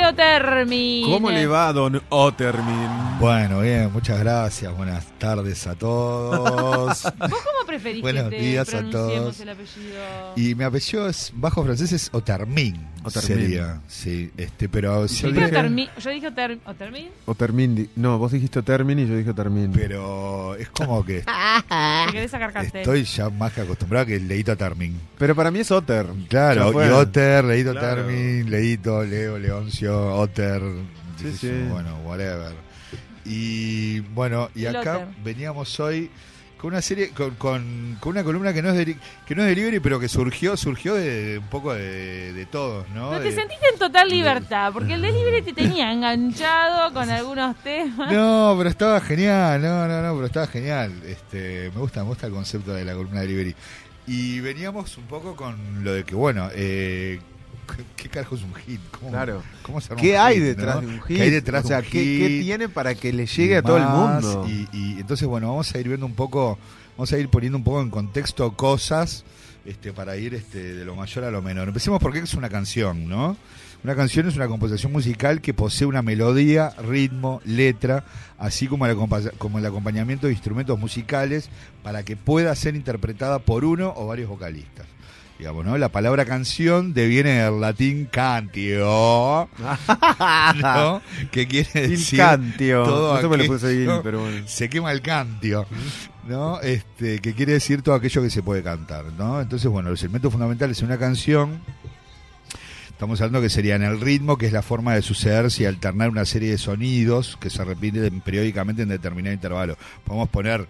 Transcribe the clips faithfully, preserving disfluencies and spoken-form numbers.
Otermin. ¿Cómo le va, don Otermin? Bueno, bien, muchas gracias. Buenas tardes a todos. ¿Vos cómo preferís Buenos que te días a pronunciemos todos. el apellido? Y mi apellido es bajo francés, es Otermin. Otermin. Sería, sí, este, pero Yo siempre. dije Otermin. Yo dije Oter- Otermin. Otermin. No, vos dijiste Otermin y yo dije Otermin. Pero es como que Te querés sacar cartel. estoy ya más que acostumbrado que leíto Otermin. Pero para mí es Oter. Claro, Ya fue. y Oter, leíto Claro. Otermin, leíto, Leo, Leoncio, Oter, Sí, qué sé sí. yo, bueno, whatever. Y bueno, y El acá Oter. veníamos hoy con una serie, con, con, con una columna que no es de, que no es delivery, pero que surgió, surgió de, de un poco de, de todos, ¿no? No te De- sentiste en total libertad, porque el delivery te tenía enganchado con algunos temas. No, pero estaba genial, no, no, no, pero estaba genial. Este, me gusta, me gusta el concepto de la columna de delivery. Y veníamos un poco con lo de que, bueno, eh, ¿qué, qué carajo es un hit? ¿Cómo, Claro. ¿cómo se arma ¿Qué un hay hit, detrás no? de un hit? ¿Qué hay detrás O sea, de un ¿qué, hit? qué tiene para que le llegue y a todo el más, mundo? Y, y entonces, bueno, vamos a ir viendo un poco, vamos a ir poniendo un poco en contexto cosas este, para ir este, de lo mayor a lo menor. Empecemos porque es una canción, ¿no? Una canción es una composición musical que posee una melodía, ritmo, letra, así como el, acompa- como el acompañamiento de instrumentos musicales para que pueda ser interpretada por uno o varios vocalistas. Digamos, ¿no? La palabra canción deviene del latín cantio, ¿no? Que quiere Il decir cantio. todo No se me le aquello- puse bien, pero bueno. se quema el cantio, ¿no? Este, que quiere decir todo aquello que se puede cantar, ¿no? Entonces, bueno, los elementos fundamentales en una canción, estamos hablando que serían el ritmo, que es la forma de sucederse y alternar una serie de sonidos que se repiten periódicamente en determinado intervalo. Podemos poner,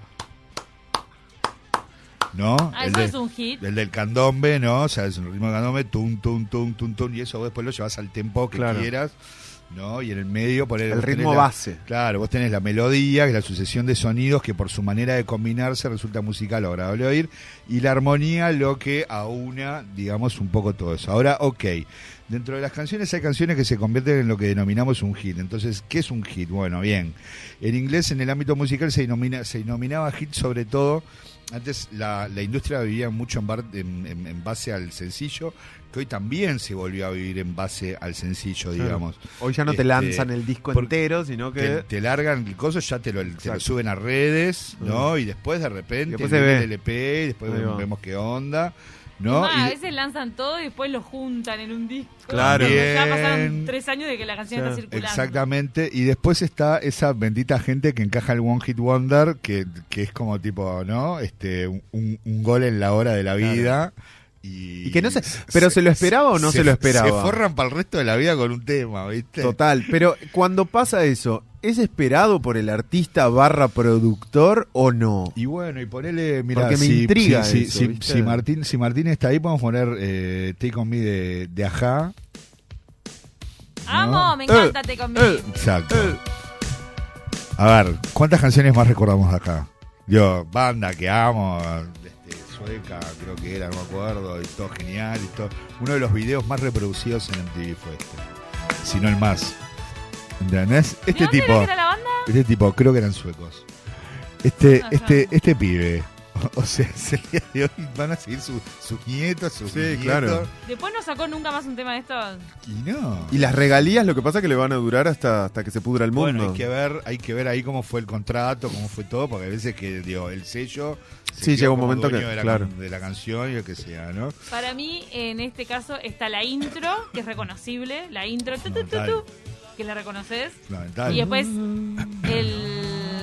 ¿no? Ah, El eso de- es un hit. el del candombe, ¿no? O sea, es un ritmo de candombe, tum, tum, tum, tum, tum, y eso vos después lo llevas al tempo que Claro. quieras, ¿no? Y en el medio poner El ritmo base. Claro, vos tenés la melodía, que es la sucesión de sonidos que por su manera de combinarse resulta musical o agradable de oír, y la armonía lo que aúna, digamos, un poco todo eso. Ahora, ok, dentro de las canciones hay canciones que se convierten en lo que denominamos un hit. Entonces, ¿qué es un hit? Bueno, bien, en inglés, en el ámbito musical, se, denomina, se denominaba hit sobre todo. Antes la, la industria vivía mucho en, bar, en, en, en base al sencillo, que hoy también se volvió a vivir en base al sencillo, Claro. digamos. Hoy ya no te Este, lanzan el disco porque entero, sino que... Te, te largan el coso, ya te lo, te lo Exacto. suben a redes, ¿no? Y después de repente Después se viene ve. el L P, y después Ahí va. vemos qué onda, ¿no? Ah, Y a de- veces lanzan todo y después lo juntan en un disco. Claro. Ya pasaron Bien. tres años de que la canción Sí, está circulando. Exactamente, y después está esa bendita gente que encaja el One Hit Wonder, que, que es como tipo, ¿no? Este, un, un gol en la hora de la vida. Y, Y que no se- pero ¿se lo esperaba o no se lo esperaba? Se forran para el resto de la vida con un tema, ¿viste? Total, pero cuando pasa eso, ¿es esperado por el artista barra productor o no? Y bueno, y ponele, mira, Porque me si, intriga si, eso, si, ¿viste? si Martín, si Martín está ahí, podemos poner eh, Take On Me de, de Ajá. Amo, ¿no? me encanta Te conmigo. eh. Exacto. A ver, ¿cuántas canciones más recordamos de acá? Yo, banda que amo, este, sueca, creo que era, no me acuerdo, y todo genial, y todo. Uno de los videos más reproducidos en M T V fue este, si no el más. ¿Entendés? ¿De Este dónde tipo, era que era la banda? este tipo, creo que eran suecos. Este, Ajá. este, este pibe, o sea, el día de hoy van a seguir su- sus nietos, sus Sí, nietos. claro. Después no sacó nunca más un tema de esto. Y no. Y las regalías lo que pasa es que le van a durar hasta, hasta que se pudra el mundo. Bueno, hay que ver, hay que ver ahí cómo fue el contrato, cómo fue todo, porque a veces que digo, el sello se Sí, quedó llega un como momento dueño que- de la, claro. de la canción y lo que sea, ¿no? Para mí, en este caso, está la intro, que es reconocible. La intro, tu, tu, tu, Fundamental. tu, que la reconoces. Fundamental. Y después el,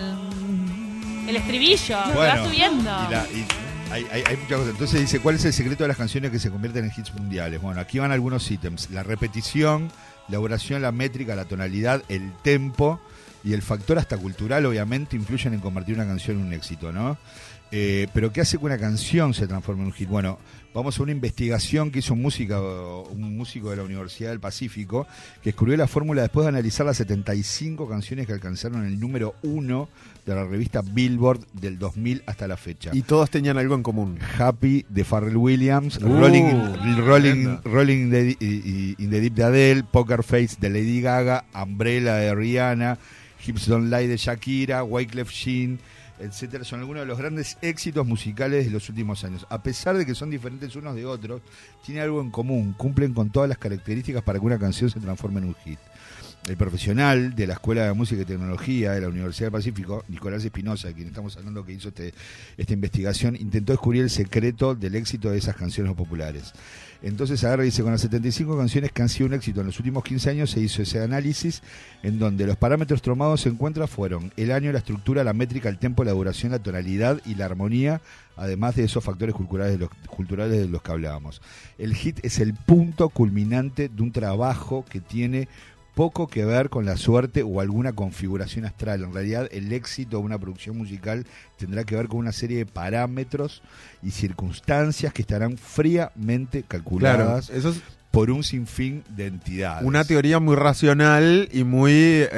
el estribillo, que Bueno, va subiendo. Y la- y hay, hay- hay muchas cosas. Entonces dice, ¿cuál es el secreto de las canciones que se convierten en hits mundiales? Bueno, aquí van algunos ítems. La repetición, la oración, la métrica, la tonalidad, el tempo y el factor hasta cultural, obviamente, influyen en convertir una canción en un éxito, ¿no? Eh, pero ¿qué hace que una canción se transforme en un hit? Bueno, vamos a una investigación que hizo un músico, un músico de la Universidad del Pacífico, que descubrió la fórmula después de analizar las setenta y cinco canciones que alcanzaron el número uno de la revista Billboard del dos mil hasta la fecha. Y todas tenían algo en común. Happy de Pharrell Williams, Uh, Rolling, Rolling, tremenda. Rolling in the, in the Deep de Adele, Poker Face de Lady Gaga, Umbrella de Rihanna, Hips Don't Lie de Shakira, Wyclef Jean, etcétera, son algunos de los grandes éxitos musicales de los últimos años. A pesar de que son diferentes unos de otros, tienen algo en común, cumplen con todas las características para que una canción se transforme en un hit. El profesional de la Escuela de Música y Tecnología de la Universidad del Pacífico, Nicolás Espinosa, de quien estamos hablando, que hizo este, esta investigación, intentó descubrir el secreto del éxito de esas canciones populares. Entonces agarra y dice, con las setenta y cinco canciones que han sido un éxito en los últimos quince años, se hizo ese análisis en donde los parámetros tomados se encuentran fueron el año, la estructura, la métrica, el tempo, la duración, la tonalidad y la armonía, además de esos factores culturales de los, culturales de los que hablábamos. El hit es el punto culminante de un trabajo que tiene poco que ver con la suerte o alguna configuración astral. En realidad, el éxito de una producción musical tendrá que ver con una serie de parámetros y circunstancias que estarán fríamente calculadas, claro, eso es por un sinfín de entidades. Una teoría muy racional y muy,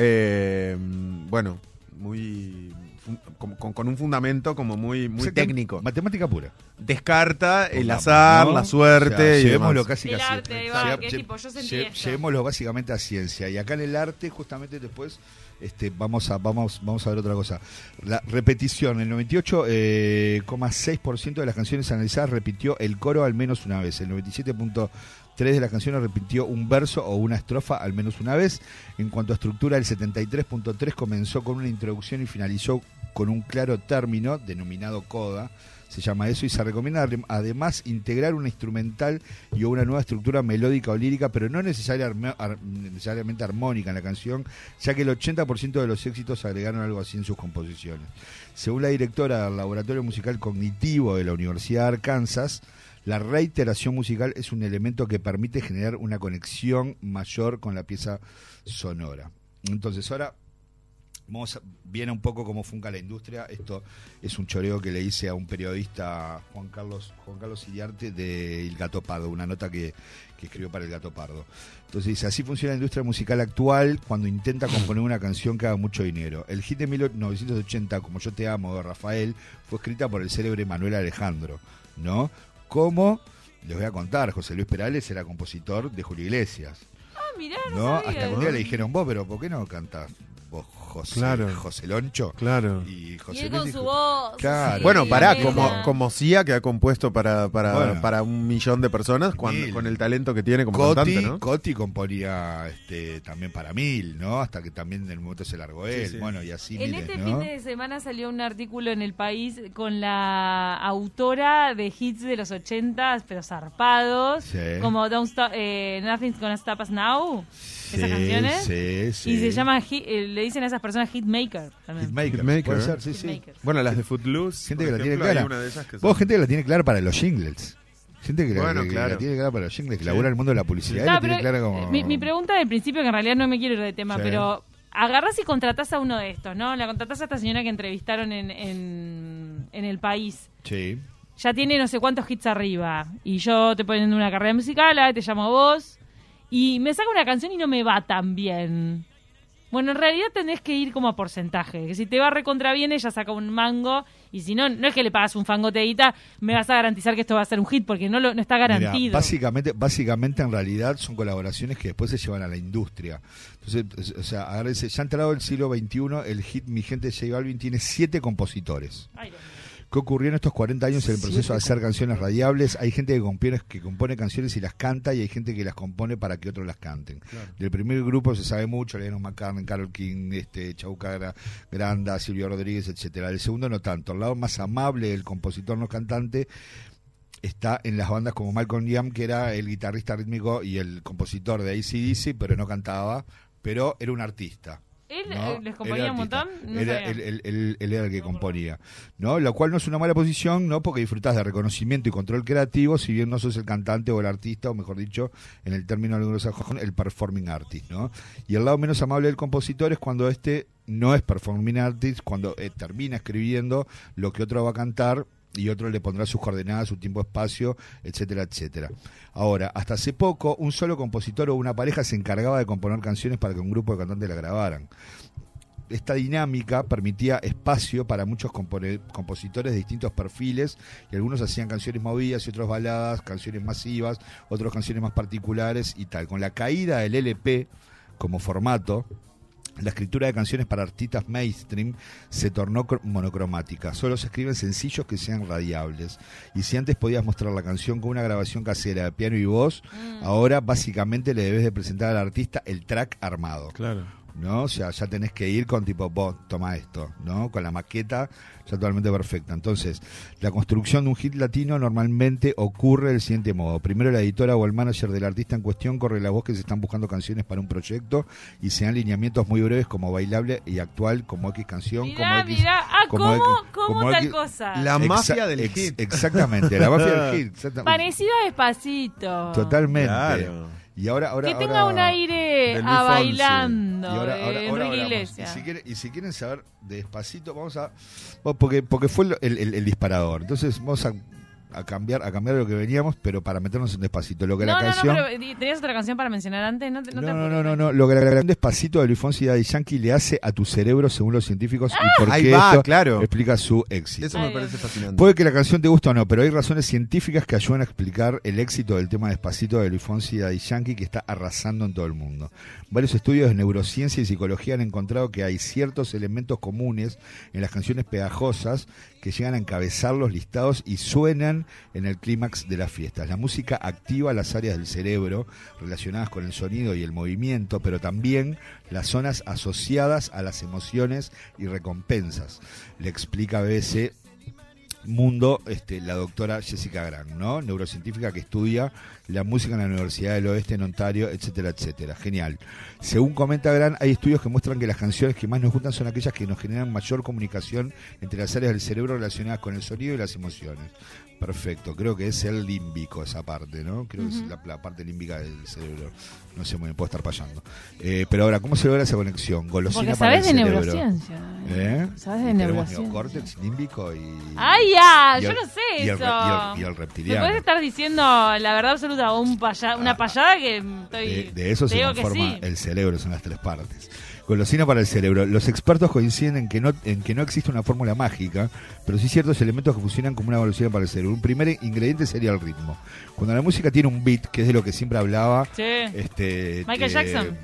eh, bueno, muy... Con, con, con un fundamento como muy, muy técnico. Matemática pura. Descarta el azar, ¿no? La suerte, o sea, y llevémoslo casi el casi arte, va, que tipo, yo sentí lle, esto. Llevémoslo básicamente a ciencia. Y acá en el arte, justamente después, este, vamos a vamos vamos a ver otra cosa. La repetición, el noventa y ocho coma seis por ciento de las canciones analizadas repitió el coro al menos una vez. El noventa y siete punto tres de las canciones repitió un verso o una estrofa al menos una vez. En cuanto a estructura, el setenta y tres punto tres comenzó con una introducción y finalizó con un claro término, denominado coda, se llama eso, y se recomienda además integrar una instrumental y o una nueva estructura melódica o lírica, pero no necesariamente armónica en la canción, ya que el ochenta por ciento de los éxitos agregaron algo así en sus composiciones. Según la directora del Laboratorio Musical Cognitivo de la Universidad de Arkansas, la reiteración musical es un elemento que permite generar una conexión mayor con la pieza sonora. Entonces ahora vamos a, viene un poco cómo funca la industria. Esto es un choreo que le hice a un periodista, Juan Carlos Juan Carlos Iriarte, de El Gato Pardo, una nota que, que escribió para El Gato Pardo. Entonces dice, así funciona la industria musical actual cuando intenta componer una canción que haga mucho dinero. El hit de mil novecientos ochenta, Como yo te amo, de Rafael, fue escrita por el célebre Manuel Alejandro, ¿no? Como, les voy a contar, José Luis Perales era compositor de Julio Iglesias. Ah, mirá, no, ¿no? sabía. Hasta que un día le dijeron, vos, pero ¿por qué no cantás vos, José, claro. José Loncho? Claro. Y, José y él Luis con dijo, su voz. claro. Sí, bueno, pará, sí, como, sí. como Sia, que ha compuesto para, para, Bueno. para un millón de personas, cuando, Mil. con el talento que tiene como Coti, cantante, ¿no? Coti componía este, también para mil, ¿no? Hasta que también en el momento se largó él. Sí, sí. Bueno, y así En miles, este ¿no? fin de semana salió un artículo en El País con la autora de hits de los ochentas, pero zarpados, Sí. como Don't Stop, eh, Nothing's Gonna Stop Us Now, Sí, esas canciones. sí, sí. Y se llama, hit- eh, le dicen a esas personas hitmaker también. Hitmaker. Hitmaker. Puede ser, sí, sí. Hitmakers. Bueno, las de Footloose, Gente por que la tiene ejemplo, hay clara. una de ellas que Vos, son- gente que la tiene clara para los jingles. Gente que, la- Bueno, que- que claro. la tiene clara para los jingles, que Sí. labura en el mundo de la publicidad. y No, la pero, tiene clara como... eh, mi, mi pregunta del principio, que en realidad no me quiero ir de tema, Sí. pero agarrás y contratás a uno de estos, ¿no? La contratás a esta señora que entrevistaron en, en, en El País. Sí. Ya tiene no sé cuántos hits arriba. Y yo te ponen una carrera musical, ah, te llamo a vos. Y me saca una canción y no me va tan bien. Bueno, en realidad tenés que ir como a porcentaje. Que si te va recontra bien, ella saca un mango. Y si no, no es que le pagas un fangote de guita, me vas a garantizar que esto va a ser un hit, porque no, lo, no está Mirá, garantido. básicamente, básicamente en realidad son colaboraciones que después se llevan a la industria. Entonces, o sea, agárrense, ya ha entrado el siglo veintiuno, el hit Mi Gente de J Balvin tiene siete compositores. Ay, Dios mío. ¿Qué ocurrió en estos cuarenta años en el proceso de Siete hacer canciones radiables? Hay gente que compone, que compone canciones y las canta, y hay gente que las compone para que otros las canten. Claro. Del primer grupo se sabe mucho, Lennon McCartney, Carole King, este, Chauca Gra- Granda, Silvio Rodríguez, etcétera. El segundo no tanto. El lado más amable del compositor no cantante está en las bandas como Malcolm Young, que era el guitarrista rítmico y el compositor de A C D C, pero no cantaba, pero era un artista. ¿Él ¿no? eh, les componía Era un artista. montón? No era, sabía. él, él- él- él era el que componía, ¿no? Lo cual no es una mala posición, ¿no? Porque disfrutás de reconocimiento y control creativo, si bien no sos el cantante o el artista, o mejor dicho, en el término anglosajón, el performing artist, ¿no? Y el lado menos amable del compositor es cuando este no es performing artist, cuando eh, termina escribiendo lo que otro va a cantar y otro le pondrá sus coordenadas, su tiempo, espacio, etcétera, etcétera. Ahora, hasta hace poco, un solo compositor o una pareja se encargaba de componer canciones para que un grupo de cantantes la grabaran. Esta dinámica permitía espacio para muchos compone- compositores de distintos perfiles, y algunos hacían canciones movidas y otros baladas, canciones masivas, otros canciones más particulares y tal. Con la caída del L P como formato, La escritura de canciones para artistas mainstream se tornó monocromática. Solo se escriben sencillos que sean radiables. Y si antes podías mostrar la canción con una grabación casera de piano y voz, mm. ahora básicamente le debes de presentar al artista el track armado. Claro. ¿No? O sea, ya tenés que ir con tipo, vos, toma esto, ¿no? Con la maqueta ya totalmente perfecta. Entonces, la construcción de un hit latino normalmente ocurre del siguiente modo. Primero la editora o el manager del artista en cuestión corre la voz que se están buscando canciones para un proyecto y se dan lineamientos muy breves como bailable y actual, como X canción, mirá, como X... Mirá, ah, como ¿cómo, X, cómo como tal X, cosa? La Exa- mafia del ex- hit. Exactamente, la mafia del hit. Exactamente. Parecido a Despacito. Totalmente. Claro. Y ahora, ahora, que tenga ahora, un aire de Luis a Fonsi. bailando, y ahora, ahora, de ahora Enrique hablamos. Iglesias. Y si, quieren, y si quieren saber de Despacito, vamos a... Porque, porque fue el, el, el disparador. Entonces vamos a, a cambiar a cambiar lo que veníamos, pero para meternos en Despacito. Lo que no, la no, canción... no, pero tenías otra canción para mencionar antes. No, te, no, No, te no, apures. no, no, no. Lo que la canción Despacito de Luis Fonsi y Daddy Yankee le hace a tu cerebro, según los científicos, ¡Ah! y por Ahí qué va, esto claro. explica su éxito. Eso Ay, me parece Dios. fascinante. Puede que la canción te guste o no, pero hay razones científicas que ayudan a explicar el éxito del tema Despacito de Luis Fonsi y Daddy Yankee, que está arrasando en todo el mundo. Varios estudios de neurociencia y psicología han encontrado que hay ciertos elementos comunes en las canciones pegajosas que llegan a encabezar los listados y suenan en el clímax de las fiestas. La música activa las áreas del cerebro relacionadas con el sonido y el movimiento, pero también las zonas asociadas a las emociones y recompensas. Le explica B B C Mundo, este, la doctora Jessica Grant, ¿no? Neurocientífica que estudia la música en la Universidad del Oeste en Ontario, etcétera, etcétera. Genial. Según comenta Grant, hay estudios que muestran que las canciones que más nos gustan son aquellas que nos generan mayor comunicación entre las áreas del cerebro relacionadas con el sonido y las emociones. Perfecto, creo que es el límbico esa parte, ¿no? Creo uh-huh. que es la, la parte límbica del cerebro. No sé muy bien, puedo estar fallando. Eh, pero ahora, ¿cómo se logra esa conexión? Golosina Porque para el sabes de cerebro. neurociencia. ¿Eh? Sabes de Y tenemos neurociencia. neocórtex, límbico y... ¡Ay, ya! y Yo el- no sé y el, eso. re- y el- y el ¿Me reptiliano. puedes estar diciendo la verdad absoluta o un paya- una Ah, payada que estoy... De, de eso te se digo que conforma sí. el cerebro, son las tres partes. Golosina para el cerebro. Los expertos coinciden en que no en que no existe una fórmula mágica, pero sí ciertos elementos que funcionan como una golosina para el cerebro. Un primer ingrediente sería el ritmo. Cuando la música tiene un beat, que es de lo que siempre hablaba, Sí. este Michael eh, Jackson.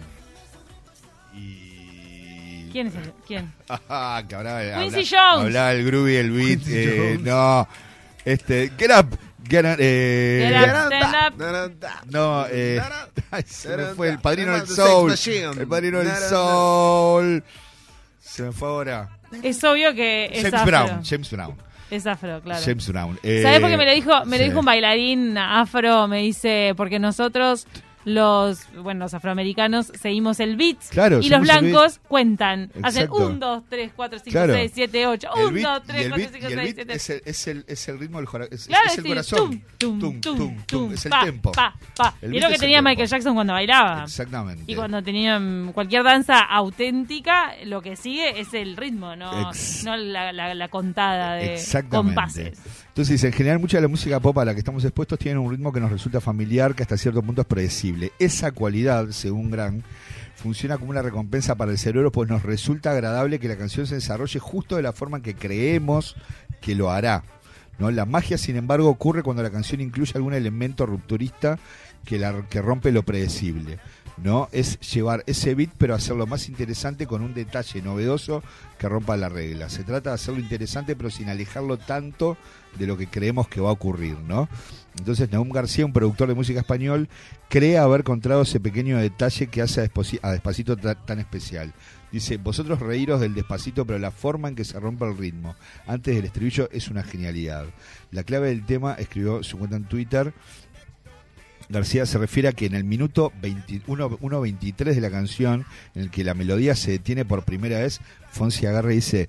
Y... ¿Quién es el? ¿Quién? Ah, que hablaba, Quincy habla- Jones. hablaba el groovy, el beat. Quincy eh, Jones. no, este, get up, get up, eh, Get up, stand up. No, eh, ay, se me fue el padrino del The soul. Sex Machine. El padrino del Na, na, na. soul. Se me fue ahora. Es obvio que es James afro. Brown. James Brown. Es afro, claro. James Brown. Eh, ¿Sabes por qué me lo dijo? Me lo sí. dijo un bailarín afro, me dice, porque nosotros los, bueno, los afroamericanos seguimos el beat Claro, y los seguimos el blancos cuentan, hacen Exacto. un, dos, tres, cuatro, cinco, Claro. seis, siete, ocho, El un, beat- dos, y tres, el cuatro, beat- cinco, y el seis, beat siete. es el, es el, es el ritmo del jora- es, Claro, es el sí, corazón. tum, tum, Tum, tum, tum, tum. Es el pa, tempo. pa, pa. El Y es beat lo que es el tenía tempo. Michael Jackson cuando bailaba. Exactamente. Y cuando tenía mm, cualquier danza auténtica, lo que sigue es el ritmo, no, Ex- no la, la, la contada de Exactamente. compases. Entonces, en general, mucha de la música pop a la que estamos expuestos tiene un ritmo que nos resulta familiar, que hasta cierto punto es predecible. Esa cualidad, según Grant, funciona como una recompensa para el cerebro, pues nos resulta agradable que la canción se desarrolle justo de la forma en que creemos que lo hará, ¿no? La magia, sin embargo, ocurre cuando la canción incluye algún elemento rupturista que, la, que rompe lo predecible, ¿no? Es llevar ese beat, pero hacerlo más interesante con un detalle novedoso que rompa la regla. Se trata de hacerlo interesante, pero sin alejarlo tanto de lo que creemos que va a ocurrir, ¿no? Entonces, Nahum García, un productor de música español, cree haber encontrado ese pequeño detalle que hace a, Desposi- a Despacito ta- tan especial. Dice, vosotros reíros del Despacito, pero la forma en que se rompe el ritmo antes del estribillo es una genialidad. La clave del tema, escribió su cuenta en Twitter, García se refiere a que en el minuto veintiuno veintitrés de la canción, en el que la melodía se detiene por primera vez, Fonsi agarra y dice,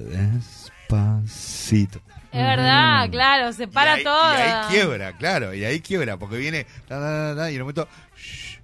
Despacito. Es verdad, Mm. claro, se para y ahí, todo. Y ahí quiebra, claro, y ahí quiebra, porque viene, ta, ta, ta, ta, y en un momento, shh,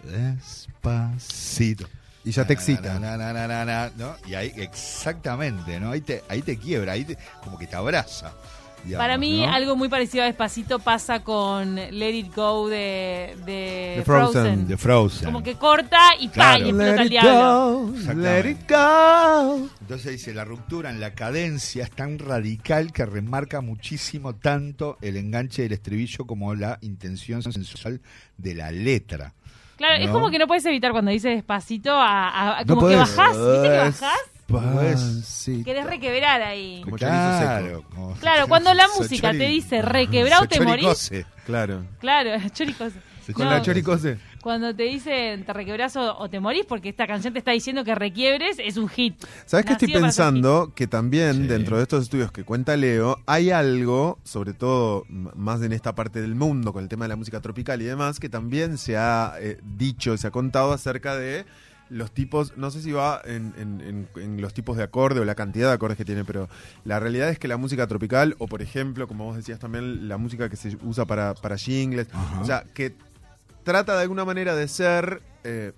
Despacito. Y ya te excita. Na, na, na, na, na, ¿no? Y ahí, exactamente, ¿no? Ahí te, ahí te quiebra, ahí te, como que te abraza. Digamos, Para mí, ¿no? algo muy parecido a Despacito pasa con Let It Go de, de, De Frozen. Frozen. De Frozen. Como que corta y pa, Claro. y explota Let el it diablo. go, Exactamente. let it go. Entonces dice, la ruptura en la cadencia es tan radical que remarca muchísimo tanto el enganche del estribillo como la intención sensual de la letra, Claro, ¿no? es como que no puedes evitar cuando dice despacito, a, a- a- No como que podés. bajás, ¿viste que bajás? Pasito. Querés requebrar ahí. Como chorizo Claro, seco. como- Claro, cuando la So música chori- te dice requebrado so te morís. choricose. Claro. Claro, choricos. Con No, la choricose. Cuando te dicen te requebrás o, o te morís porque esta canción te está diciendo que requiebres, es un hit. ¿Sabes qué estoy Nacido para ser pensando? Que también Sí. dentro de estos estudios que cuenta Leo, hay algo, sobre todo m- más en esta parte del mundo, con el tema de la música tropical y demás, que también se ha eh, dicho, se ha contado acerca de los tipos, no sé si va en, en- en- en los tipos de acorde o la cantidad de acordes que tiene, pero la realidad es que la música tropical, o por ejemplo, como vos decías también, la música que se usa para, para jingles, Ajá. o sea, que trata de alguna manera de ser eh,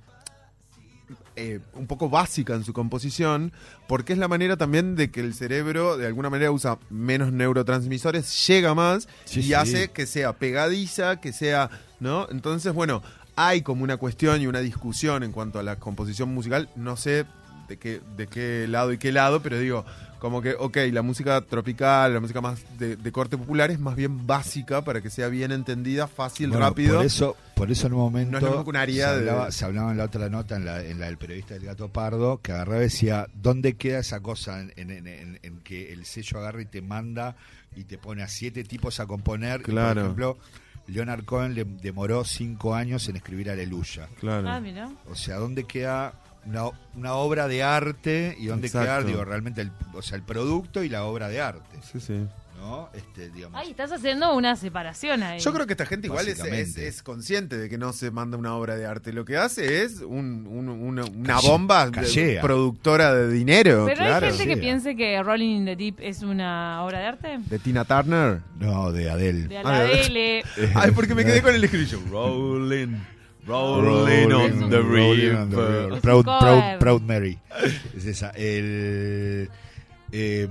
eh, un poco básica en su composición, porque es la manera también de que el cerebro de alguna manera usa menos neurotransmisores, llega más Sí, y sí. hace que sea pegadiza, que sea, ¿no? Entonces, bueno, hay como una cuestión y una discusión en cuanto a la composición musical, no sé de qué, de qué lado y qué lado, pero digo, como que, ok, la música tropical, la música más de, de corte popular es más bien básica para que sea bien entendida, fácil, Bueno, rápido. Por eso, por eso en un momento No es lo mismo que una aria se, de- hablaba, se hablaba en la otra nota, en la, en la del periodista del Gato Pardo, que agarraba y decía, ¿dónde queda esa cosa en, en- en- en que el sello agarra y te manda y te pone a siete tipos a componer? Y, Claro. por ejemplo, Leonard Cohen le demoró cinco años en escribir Aleluya. Claro. Ah, mira. O sea, ¿dónde queda una, una obra de arte y dónde Exacto. queda, digo, realmente el, o sea, el producto y la obra de arte? Sí, sí. ¿No? Este, digamos. Ay, estás haciendo una separación ahí. Yo creo que esta gente igual es, es, Básicamente. es consciente de que no se manda una obra de arte. Lo que hace es un- un- una, una Calle- bomba de- callea. productora de dinero, Pero claro. hay gente que Sí. piense que Rolling in the Deep es una obra de arte. De Tina Turner. No, de Adele. De Ah, Adele. Ay, porque me quedé con el escribillo. Rolling, rolling on the Rolling on the river. river. Es Proud, un proud, cover. Proud Mary. Es esa. El, eh,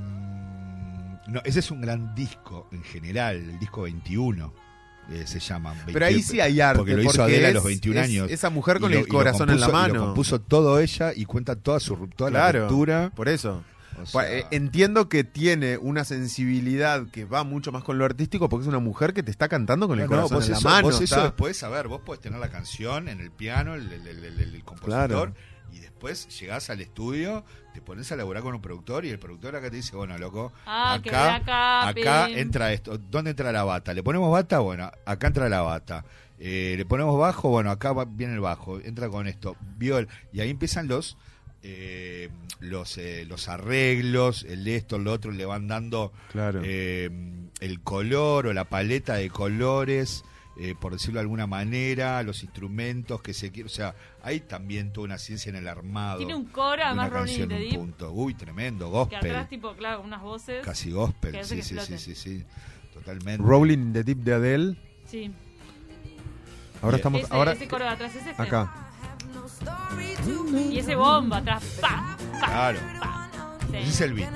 no, ese es un gran disco en general, el disco veintiuno. eh, se llama. Pero ahí sí hay arte. Porque lo hizo porque Adele a es- los veintiún es años. Esa mujer con Y lo- el y lo corazón en la compuso- y mano. Lo compuso todo ella y cuenta toda su toda la Claro, ruptura. por eso. O Pa- sea, eh, Entiendo que tiene una sensibilidad que va mucho más con lo artístico porque es una mujer que te está cantando con el no, no, corazón vos en eso, la mano. vos eso está- después, a ver, vos podés tener la canción en el piano, el, el- el- el- el compositor, Claro. y después llegás al estudio, te pones a laburar con un productor y el productor acá te dice, bueno, loco, Ah, que acá, acá, acá pim. entra esto. ¿Dónde entra la bata? ¿Le ponemos bata? Bueno, acá entra la bata. Eh, ¿Le ponemos bajo? Bueno, acá va- viene el bajo, entra con esto. Viol. Y ahí empiezan los... eh, los eh, los arreglos, el esto, el otro, le van dando Claro. eh, el color o la paleta de colores, eh, por decirlo de alguna manera, los instrumentos que se quieren, o sea, hay también toda una ciencia en el armado. Tiene un coro, de una además Rolling in canción, the un Deep, punto. Uy, tremendo, que gospel, atrás tipo, claro, unas voces. casi gospel, que hace sí, que sí, sí, explote. sí, sí, totalmente. Rolling in the Deep de Adele. Sí. Ahora Bien. estamos. Ese, ahora ese coro de atrás es este. acá. Y ese bomba atrás. Pa, pa, Claro, pa. Sí. ese es el beat.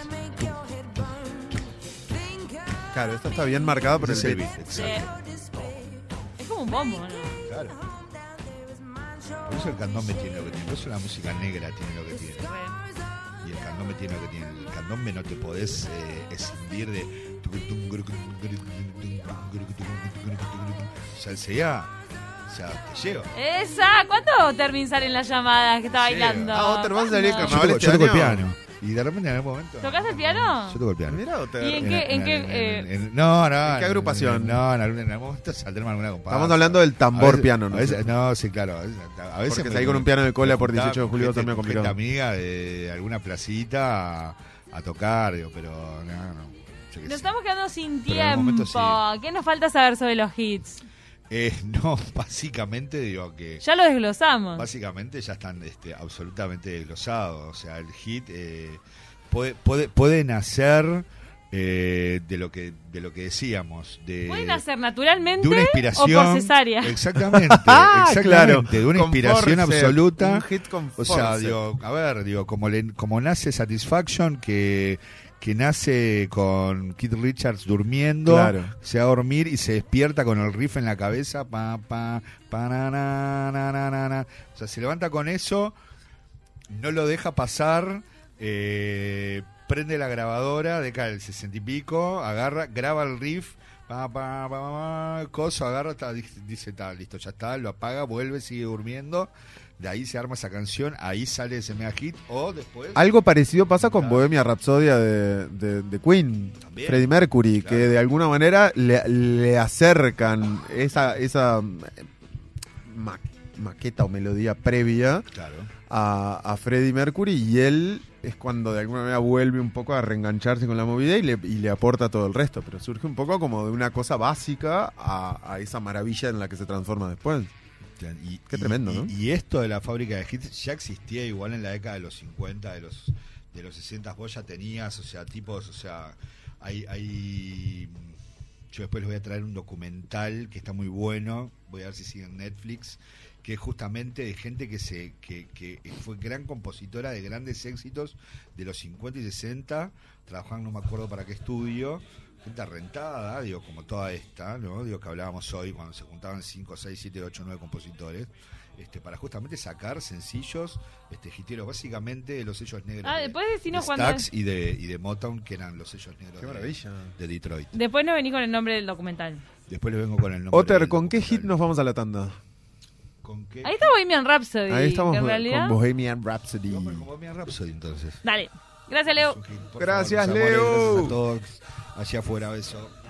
Claro, esto está bien marcado por el Ese es el beat. beat, Sí. exacto. Es como un bombo, ¿no? Claro. Por eso el candombe tiene lo que tiene, por eso la música negra tiene lo que tiene. Re. Y el candombe tiene lo que tiene. El candombe no te podés eh, escindir de. Salsea. O sea, te lleva. Esa, ¿cuándo termina sale en las llamadas que está Sí. bailando? Ah, Otter, ¿vas a salir ¿Cuándo? Yo carnaval toco, este yo toco el año? piano. Y de repente en algún momento. ¿Tocás el piano? Yo toco el piano. Mira, Otter. ¿Y en qué- en qué, eh, en- no, no. ¿en qué agrupación? No, en algún, en algún momento saldremos alguna comparsa. Estamos hablando del A tambor veces- piano, a ¿no? veces- no, sí, claro. A veces, a veces Porque me- salir con un piano en el cole me por juntaba dieciocho de julio con va a ser gente- medio con complicado. gente amiga de alguna placita a, a tocar, digo, pero no, no. yo qué Nos sé. estamos quedando sin Pero en algún tiempo. momento ¿Qué nos falta saber sobre los hits? Eh, no, básicamente digo que Ya lo desglosamos. básicamente ya están este, absolutamente desglosados. O sea, el hit eh, puede, puede, puede nacer eh, de lo que de lo que decíamos. De, Pueden hacer naturalmente de una o inspiración. por cesárea. Exactamente, Ah, exactamente. claro. De una Con inspiración forceps, absoluta. Un hit con O sea, forceps. digo, a ver, digo, como, le, como nace Satisfaction, que, que nace con Keith Richards durmiendo, Claro. se va a dormir y se despierta con el riff en la cabeza, pa, pa, pa, na, na, na, na, na, na. O sea, se levanta con eso, no lo deja pasar, eh, prende la grabadora, década del sesenta y pico, agarra, graba el riff, Pa, pa, pa, pa, coso, agarra, está, dice, está, listo, ya está, lo apaga, vuelve, sigue durmiendo. De ahí se arma esa canción, ahí sale ese mega hit, o después... Algo parecido pasa con Claro. Bohemia Rhapsodia de, de, de Queen, También. Freddie Mercury, Claro. que de alguna manera le, le acercan esa, esa ma- maqueta o melodía previa Claro. a, a Freddie Mercury, y él es cuando de alguna manera vuelve un poco a reengancharse con la movida y le, y le aporta todo el resto, pero surge un poco como de una cosa básica a, a esa maravilla en la que se transforma después. Y, Qué y- tremendo, y- ¿no? Y esto de la fábrica de hits ya existía igual en la década de los cincuenta, de los de los sesenta, vos ya tenías, o sea, tipos, o sea, hay, hay yo después les voy a traer un documental que está muy bueno, voy a ver si sigue en Netflix, que es justamente de gente que se que, que fue gran compositora de grandes éxitos de los cincuenta y sesenta, trabajaban no me acuerdo para qué estudio, gente rentada, digo, como toda esta, ¿no? Digo, que hablábamos hoy cuando se juntaban cinco, seis, siete, ocho, nueve compositores, este, para justamente sacar sencillos, este, hiteros, básicamente de los sellos negros. Ah, de- después decinos de cuándo Stax es. y de, y de Motown, que eran los sellos negros Qué de- maravilla. de Detroit. Después no venís con el nombre del documental. Después le vengo con el nombre. Otter, del ¿con qué hit documental. nos vamos a la tanda? ¿Con qué? Ahí está Bohemian Rhapsody. Ahí estamos que en con realidad... Bohemian Rhapsody. Vamos con Bohemian Rhapsody, entonces. Dale. Gracias, Leo. Es un hit, por Gracias, favor, mis amores, Leo. Gracias a todos. Hacia afuera, beso.